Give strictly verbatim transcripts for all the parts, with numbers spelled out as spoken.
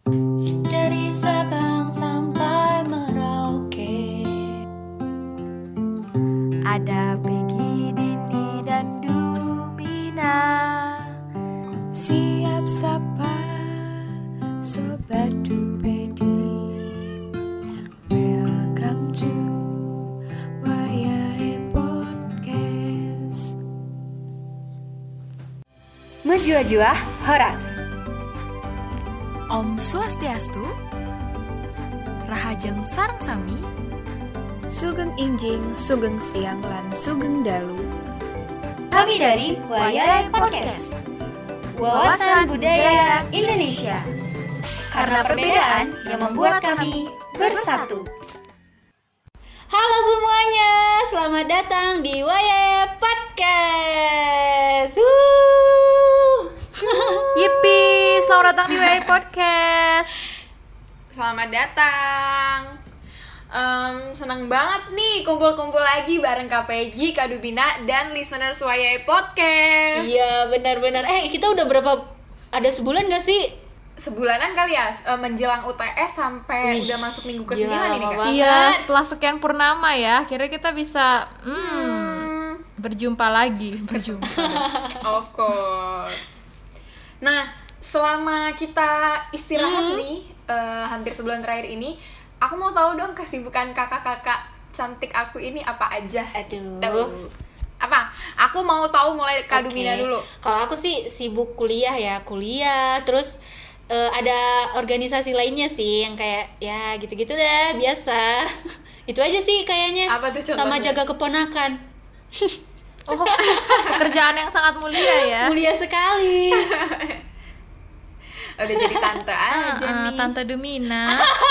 Dari Sabang sampai Merauke. Ada Peggy, Dini, dan Dumina. Siap sapa Sobat Dupedi. Welcome to Wayai Podcast. Menjua-jua Horas. Om Swastiastu, Rahajeng Sareng Sami, Sugeng Injing, Sugeng Siang, lan Sugeng Dalu. Kami dari Wayai Podcast, wawasan budaya Indonesia. Karena perbedaan yang membuat kami bersatu. Halo semuanya, selamat datang di Wayai Podcast. Wuh. Yippee, selamat datang di Wayai Podcast. Selamat datang. Um, senang banget nih kumpul-kumpul lagi bareng Kak Peggy, Kak Dubina, dan listeners Wayai Podcast. Iya benar-benar. Eh kita udah berapa? Ada sebulan gak sih? Sebulanan kali ya, eh, menjelang U T S sampai Wih, udah masuk minggu ke gila, sembilan ini lama Kak. banget. Iya, setelah sekian purnama ya, akhirnya kita bisa hmm, Hmm, berjumpa lagi, berjumpa. of course. Nah, selama kita istirahat Hmm. nih, eh, hampir sebulan terakhir ini, aku mau tahu dong kesibukan kakak-kakak cantik aku ini apa aja. Aduh. Tahu. Apa? Aku mau tahu mulai Kak Oke. Dumina dulu. Kalau aku sih sibuk kuliah ya, kuliah terus eh, ada organisasi lainnya sih yang kayak ya gitu-gitu deh, biasa. Itu aja sih kayaknya. Apa tuh contohnya? Sama jaga keponakan. Oh, pekerjaan yang sangat mulia ya. Mulia sekali. Udah jadi tante aja Ah, nih. Tante Dumina.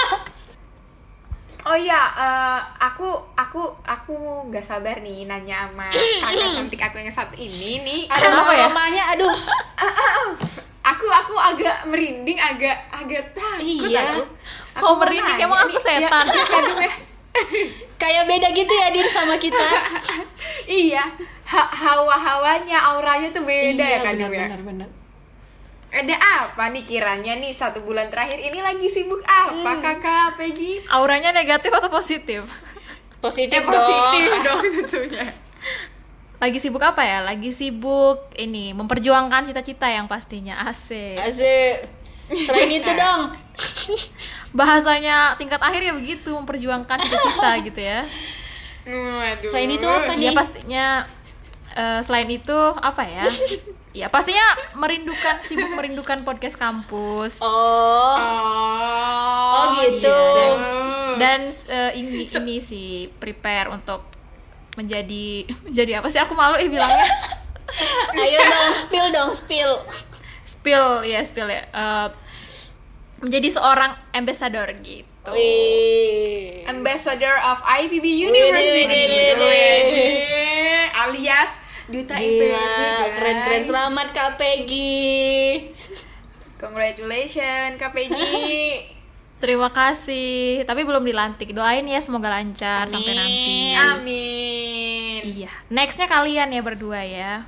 Oh iya, eh, aku aku aku gak sabar nih nanya sama kakak cantik aku yang satu ini nih. Kenapa ya? Aroma-aromanya aduh. Aku aku agak merinding, agak agak takut Iya. aku. Aku Oh, mau merinding, nanya emang aku nih, setan? Ya, ya, aduh, ya. Kayak beda gitu ya Din sama kita. Iya, ha- hawa-hawanya, auranya tuh beda ya kan benar, Dum, ya? benar, benar. Ada apa nih kiranya nih satu bulan terakhir ini lagi sibuk apa Hmm. kakak Peggy? Auranya negatif atau positif? Positif, Ya, positif dong. dong tentunya. Lagi sibuk apa ya? Lagi sibuk ini memperjuangkan cita-cita yang pastinya asik. Asik. Selain itu dong. Bahasanya tingkat akhir ya begitu, memperjuangkan cita-cita gitu ya. Waduh. Selain itu apa Ya nih? pastinya eh, selain itu apa ya? Ya pastinya merindukan sibuk merindukan podcast kampus. Oh. Oh, Oh, gitu. Iya, Hmm. Dan eh, ini ini sih prepare untuk menjadi menjadi apa sih, aku malu ih bilangnya. Ayo dong, spill dong, spill. Spill ya spill ya. Eh, menjadi seorang ambassador gitu. Wih. Ambassador of I P B University. Wih, wih, wih, wih. Wih. Alias Duta I P B. Gila, guys. keren-keren. Selamat Kak Peggy. Congratulations Kak Peggy. Terima kasih. Tapi belum dilantik. Doain ya semoga lancar sampai Amin. nanti. Amin. Iya. Nextnya kalian ya berdua ya.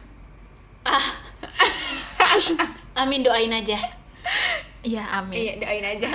Amin, doain aja. Iya amin. Iya, doain aja.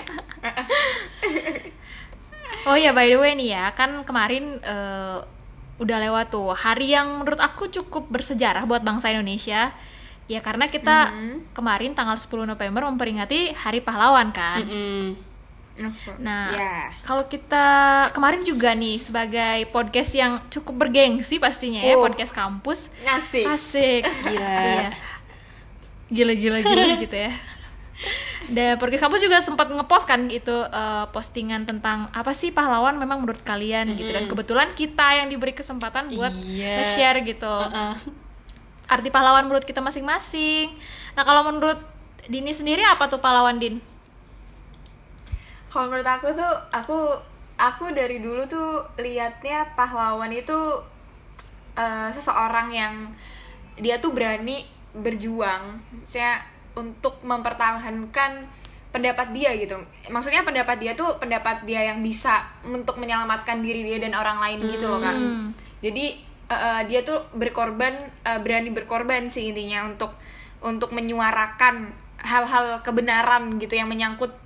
Oh ya, by the way nih ya, kan kemarin eh, udah lewat tuh hari yang menurut aku cukup bersejarah buat bangsa Indonesia. Ya karena kita Mhm. kemarin tanggal sepuluh November memperingati Hari Pahlawan kan. Mm-mm. Of course, Nah, ya. kalau kita kemarin juga nih sebagai podcast yang cukup bergengsi pastinya ya, Uh. podcast kampus. Ngasih. Asik. Gila. Iya. Gila gila gila gitu ya. Dan podcast kampus juga sempat ngepost kan gitu eh, postingan tentang apa sih pahlawan memang menurut kalian gitu, dan kebetulan kita yang diberi kesempatan buat Iya. nge-share gitu Uh-uh. arti pahlawan menurut kita masing-masing. Nah, kalau menurut Dini sendiri apa tuh pahlawan, Din? Kalau menurut aku tuh, aku aku dari dulu tuh liatnya pahlawan itu eh, seseorang yang dia tuh berani berjuang, maksudnya untuk mempertahankan pendapat dia gitu. Maksudnya pendapat dia tuh pendapat dia yang bisa untuk menyelamatkan diri dia dan orang lain gitu loh kan. Hmm. Jadi eh, eh, dia tuh berkorban, eh, berani berkorban sih intinya untuk untuk menyuarakan hal-hal kebenaran gitu yang menyangkut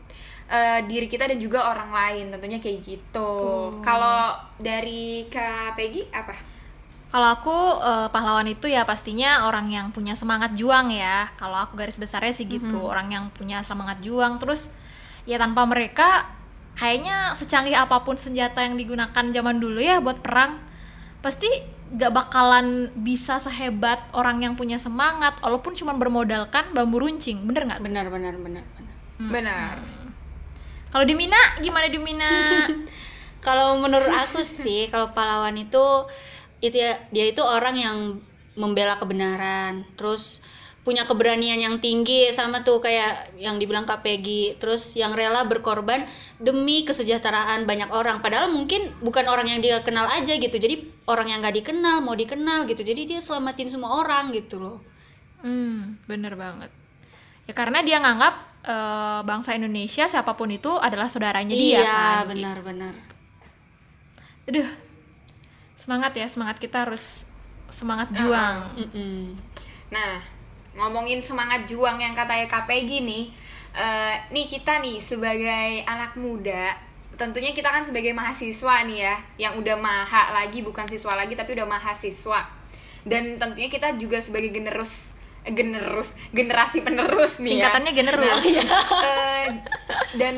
uh, diri kita dan juga orang lain, tentunya kayak gitu. Oh. Kalau dari Kak Peggy apa? Kalau aku eh, pahlawan itu ya pastinya orang yang punya semangat juang ya. Kalau aku garis besarnya sih gitu, orang yang punya semangat juang. Terus ya tanpa mereka kayaknya secanggih apapun senjata yang digunakan zaman dulu ya buat perang, pasti gak bakalan bisa sehebat orang yang punya semangat walaupun cuma bermodalkan bambu runcing. Bener nggak? Benar benar benar benar. Benar. Kalau Dumina gimana Dumina? Kalau menurut aku sih, kalau pahlawan itu itu ya, dia itu orang yang membela kebenaran, terus punya keberanian yang tinggi, sama tuh kayak yang dibilang Kak Peggy, terus yang rela berkorban demi kesejahteraan banyak orang, padahal mungkin bukan orang yang dia kenal aja gitu, jadi orang yang gak dikenal mau dikenal gitu, jadi dia selamatin semua orang gitu loh. Hmm, bener banget. Ya karena dia nganggap eh, bangsa Indonesia siapapun itu adalah saudaranya dia Iya kan. benar-benar. Aduh, semangat ya, semangat kita harus semangat juang. Mm-mm. Nah, ngomongin semangat juang yang katanya Kak Peggy nih, uh, nih kita nih sebagai anak muda, tentunya kita kan sebagai mahasiswa nih ya, yang udah maha lagi, bukan siswa lagi tapi udah mahasiswa. Dan tentunya kita juga sebagai generus, eh, generus, generasi penerus nih ya. Singkatannya generus. Uh, dan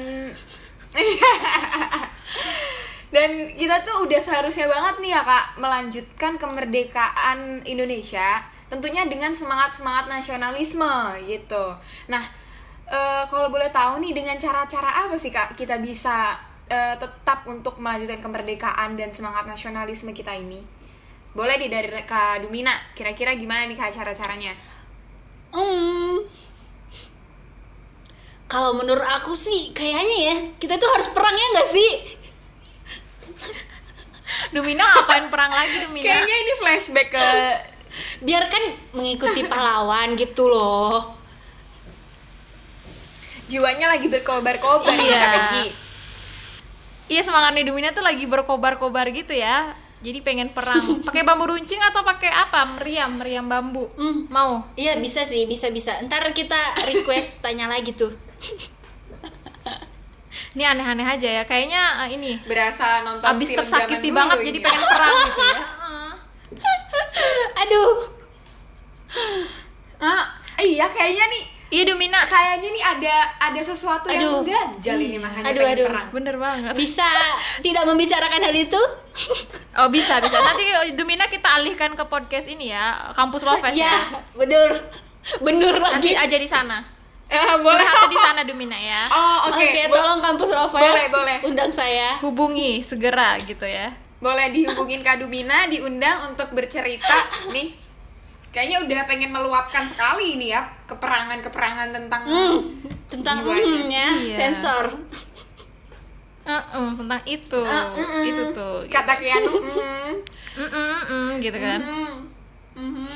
dan kita tuh udah seharusnya banget nih ya Kak melanjutkan kemerdekaan Indonesia, tentunya dengan semangat-semangat nasionalisme gitu. Nah, e, kalau boleh tahu nih dengan cara-cara apa sih Kak kita bisa e, tetap untuk melanjutkan kemerdekaan dan semangat nasionalisme kita ini? Boleh nih dari Kak Dumina, kira-kira gimana nih Kak cara-caranya? Hmm. Kalau menurut aku sih kayaknya ya kita tuh harus perang ya nggak sih? Dumina ngapain perang lagi Dumina? Kayaknya ini flashback ke Biarkan mengikuti pahlawan gitu loh. jiwanya lagi berkobar-kobar ya Iya. Kak Peggy. Iya, semangatnya Dumina tuh lagi berkobar-kobar gitu ya. Jadi pengen perang. Pakai bambu runcing atau pakai apa? Meriam, meriam bambu. Hmm. Mau? Iya bisa sih, bisa bisa. Ntar kita request tanya lagi tuh. Ini aneh-aneh aja ya. Kayaknya eh, ini Berasa nonton abis film tersakiti zaman banget dulu jadi ini. pengen perang gitu ya. Aduh. Ah, iya kayaknya nih Iya Dumina, kayaknya nih ada ada sesuatu Aduh. yang ganjal ini makanya Aduh, pengen aduh. perang. bener banget. Bisa tidak membicarakan hal itu? Oh bisa bisa. Nanti Dumina kita alihkan ke podcast ini ya, Kampus Lovers Ya, ya. bener. Bener Nanti lagi. aja di sana. Eh, boleh. Curhatnya di sana Dumina ya. Oh, oke. Oke, Bo- tolong kampus Lovers Boleh, boleh. undang saya. Hubungi segera gitu ya. Boleh dihubungin Kak Dumina, diundang untuk bercerita nih. Kayaknya udah pengen meluapkan sekali ini ya keperangan-keperangan tentang Hmm, tentang Jiwanya. umumnya Iya. sensor. Uh-uh, tentang itu, Ah, mm-mm. itu tuh. kata Keanu. mm, Mm-mm, mm, gitu kan. mm, mm.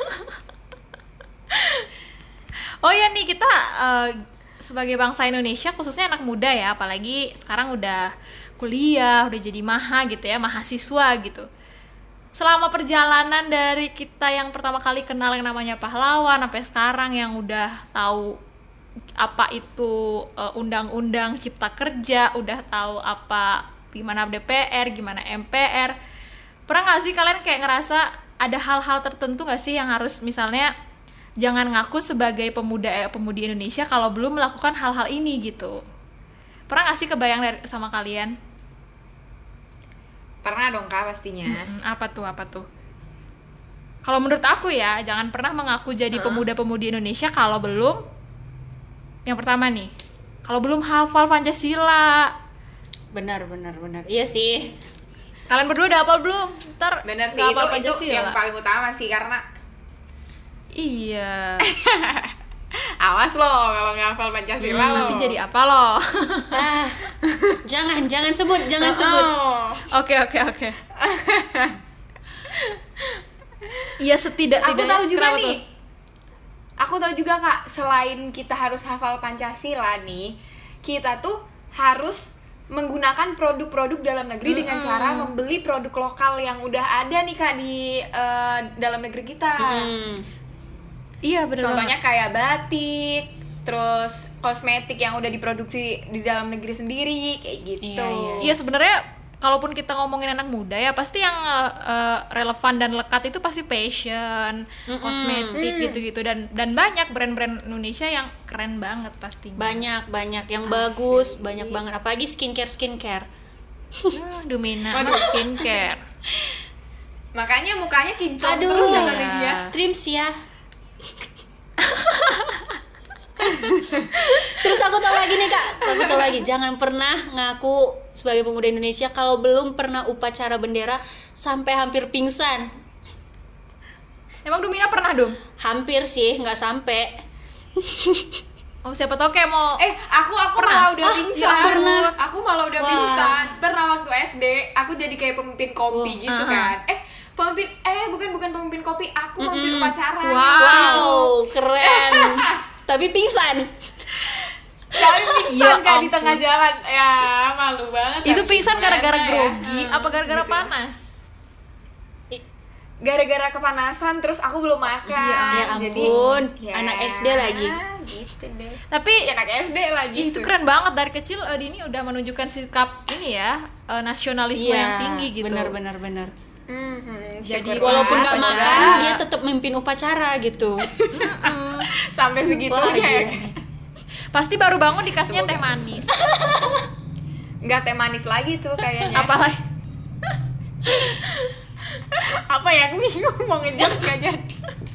Oh ya nih kita eh, sebagai bangsa Indonesia khususnya anak muda ya, apalagi sekarang udah kuliah, udah jadi maha gitu ya, mahasiswa gitu. Selama perjalanan dari kita yang pertama kali kenal yang namanya pahlawan sampai sekarang yang udah tahu apa itu eh, undang-undang cipta kerja, udah tahu apa gimana D P R, gimana M P R. Pernah nggak sih kalian kayak ngerasa ada hal-hal tertentu nggak sih yang harus misalnya jangan ngaku sebagai pemuda eh, pemudi Indonesia kalau belum melakukan hal-hal ini gitu. Pernah nggak sih kebayang dari, sama kalian? Pernah dong Kak pastinya. Mm, apa tuh apa tuh? Kalau menurut aku ya jangan pernah mengaku jadi Hah? pemuda-pemudi Indonesia kalau belum, yang pertama nih, kalau belum hafal Pancasila. Benar, benar, benar. Iya sih. Kalian berdua udah hafal belum? Ntar Bener sih, nggak itu, hafal itu Pancasila. yang paling utama sih karena Iya. awas loh kalau nggak hafal Pancasila Hmm, loh. nanti jadi apa loh? Ah, jangan, jangan sebut, jangan sebut. Oh. Oke oke oke. Iya Aku setidak-tidaknya. tahu juga Kenapa nih. tuh? Aku tahu juga Kak, selain kita harus hafal Pancasila nih, kita tuh harus menggunakan produk-produk dalam negeri dengan cara membeli produk lokal yang udah ada nih Kak di eh, dalam negeri kita. Hmm. Iya benar. Contohnya kayak batik, terus kosmetik yang udah diproduksi di dalam negeri sendiri kayak gitu. Iya, iya. Iya sebenarnya kalaupun kita ngomongin anak muda ya pasti yang uh, uh, relevan dan lekat itu pasti fashion, kosmetik gitu-gitu dan dan banyak brand-brand Indonesia yang keren banget pastinya. Banyak banyak yang bagus, banyak banget apalagi skincare skincare. Ah, Dumina mah skincare. Makanya mukanya kinclong Aduh. terus ya Iya. kali dia. Trims ya. Terus aku tahu lagi nih kak, aku tahu lagi jangan pernah ngaku sebagai pemuda Indonesia kalau belum pernah upacara bendera sampai hampir pingsan. Emang Dumina pernah dong? Hampir sih, nggak sampai. Oh siapa tau kayak mau Eh, aku aku Pernah? malah udah Ah, pingsan. ya pernah. Aku malah udah Wah. pingsan. Pernah waktu S D, aku jadi kayak pemimpin kopi Oh, gitu uh-uh. kan. Eh, pemimpin eh bukan bukan pemimpin kopi, aku pemimpin Mm-mm. upacara. Wow. Wow, keren. Tapi pingsan. Tapi pingsan Ya kayak di ampun. tengah jalan. Ya, malu banget. itu tapi pingsan gara-gara gimana ya? grogi Hmm, apa gara-gara gitu ya. panas? Gara-gara kepanasan terus aku belum makan. Ya Jadi, ampun, ya, anak S D lagi. Gitu deh. Tapi Ya, anak S D lagi. itu keren banget dari kecil uh, Dini udah menunjukkan sikap ini ya uh, nasionalisme Iya, yang tinggi gitu. benar benar benar. Mhm, Jadi syukurlah. Walaupun nggak upacara. makan, dia tetap memimpin upacara gitu. sampai segitunya Wah, ya. gila nih. Pasti baru bangun dikasihnya teh manis. Nggak teh manis lagi tuh kayaknya. Apalagi Apa ya, aku bingung mau ngejok nggak jadi.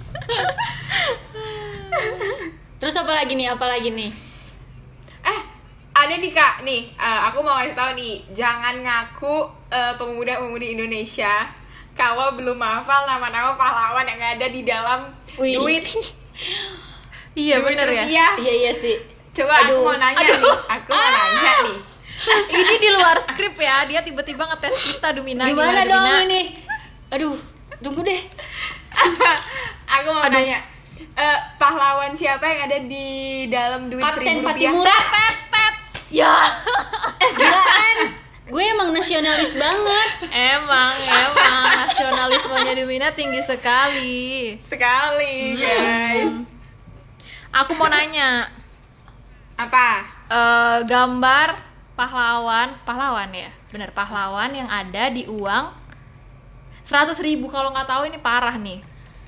Terus apa lagi nih? Apa lagi nih? Eh, ada nih kak, nih eh, aku mau kasih tahu nih, jangan ngaku eh, pemuda-pemudi Indonesia kalau belum hafal nama-nama pahlawan yang ada di dalam Wih. duit, iya duit bener ya. rupiah. Iya iya sih. Coba Aduh. aku mau nanya nih, aku mau nanya nih. Ini di luar skrip ya, dia tiba-tiba ngetes kita Dumina. Gimana Dumina? dong ini? Aduh, tunggu deh. Aku mau nanya, eh, pahlawan siapa yang ada di dalam duit Kapten seribu rupiah? Patimura. Ya, Gilaan. Gue emang nasionalis banget. emang emang nasionalismenya Dumina tinggi sekali. Sekali, guys. Aku mau nanya, Apa? eh, gambar pahlawan, pahlawan ya, bener pahlawan yang ada di uang seratus ribu. Kalau nggak tahu ini parah nih.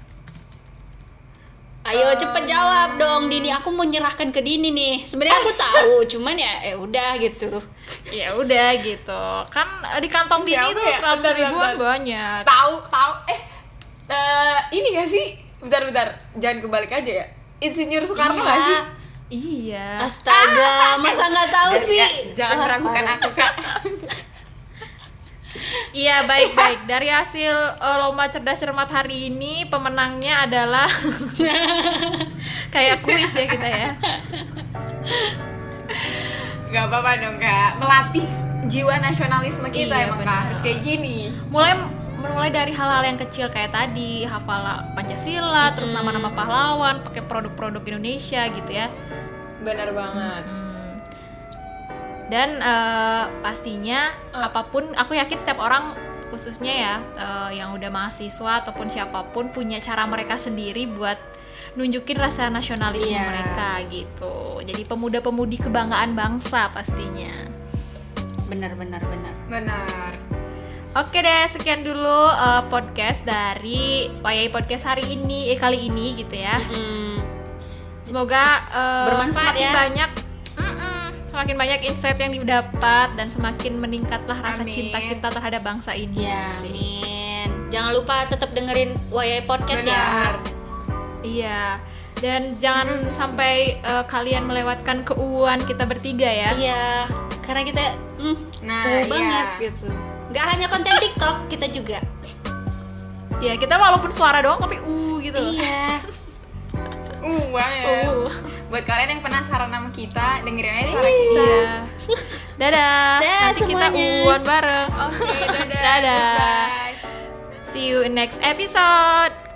Ayo cepet jawab dong Dini, aku mau nyerahkan ke Dini nih. Sebenarnya aku tahu, cuman ya eh udah gitu. Ya udah gitu, kan eh, di kantong Dini Siapa tuh ya? seratus Bentar, ribuan bentar. banyak. Tahu, tahu. Eh, eh, ini gak sih? Bentar-bentar, jangan kebalik aja ya. Insinyur Soekarno Iya. gak sih? Iya. Astaga, masa nggak tahu Jangan- sih? Jangan Wah, meragukan parah. aku kak. Iya baik-baik. Dari hasil uh, lomba cerdas cermat hari ini pemenangnya adalah kayak kuis ya kita ya. Gak apa-apa dong kak. Melatih jiwa nasionalisme kita Iya, emang benar. kak. Harus kayak gini. Mulai mulai dari hal-hal yang kecil kayak tadi hafal Pancasila, terus nama-nama pahlawan, pakai produk-produk Indonesia gitu ya. Benar banget. Hmm. Dan eh, pastinya apapun, aku yakin setiap orang khususnya ya eh, yang udah mahasiswa ataupun siapapun punya cara mereka sendiri buat nunjukin rasa nasionalisme Iya. mereka gitu. Jadi pemuda-pemudi kebanggaan bangsa pastinya. Benar benar benar. Benar. Oke deh, sekian dulu eh, podcast dari Wayai Podcast hari ini, eh, kali ini gitu ya. Hmm. Semoga eh, Bermanfaat semakin ya. banyak, mm-mm, semakin banyak insight yang didapat dan semakin meningkatlah rasa Amin. cinta kita terhadap bangsa ini. Ya, sih. amin. Jangan lupa tetap dengerin Wayai Podcast ya. Benar. Iya. Dan jangan sampai eh, kalian melewatkan keuuan kita bertiga ya. Iya, karena kita hmm, Nah, cool iya. banget gitu. Gak hanya konten TikTok, kita juga. Iya, kita walaupun suara doang tapi uh gitu loh. Iya. Uh, banget. Uh. Buat kalian yang penasaran sama kita, dengerin aja suara kita. Iya. Dadah. Dah, Nanti kita semuanya. uuan bareng. Oke, dadah. Dadah. Bye. See you in next episode.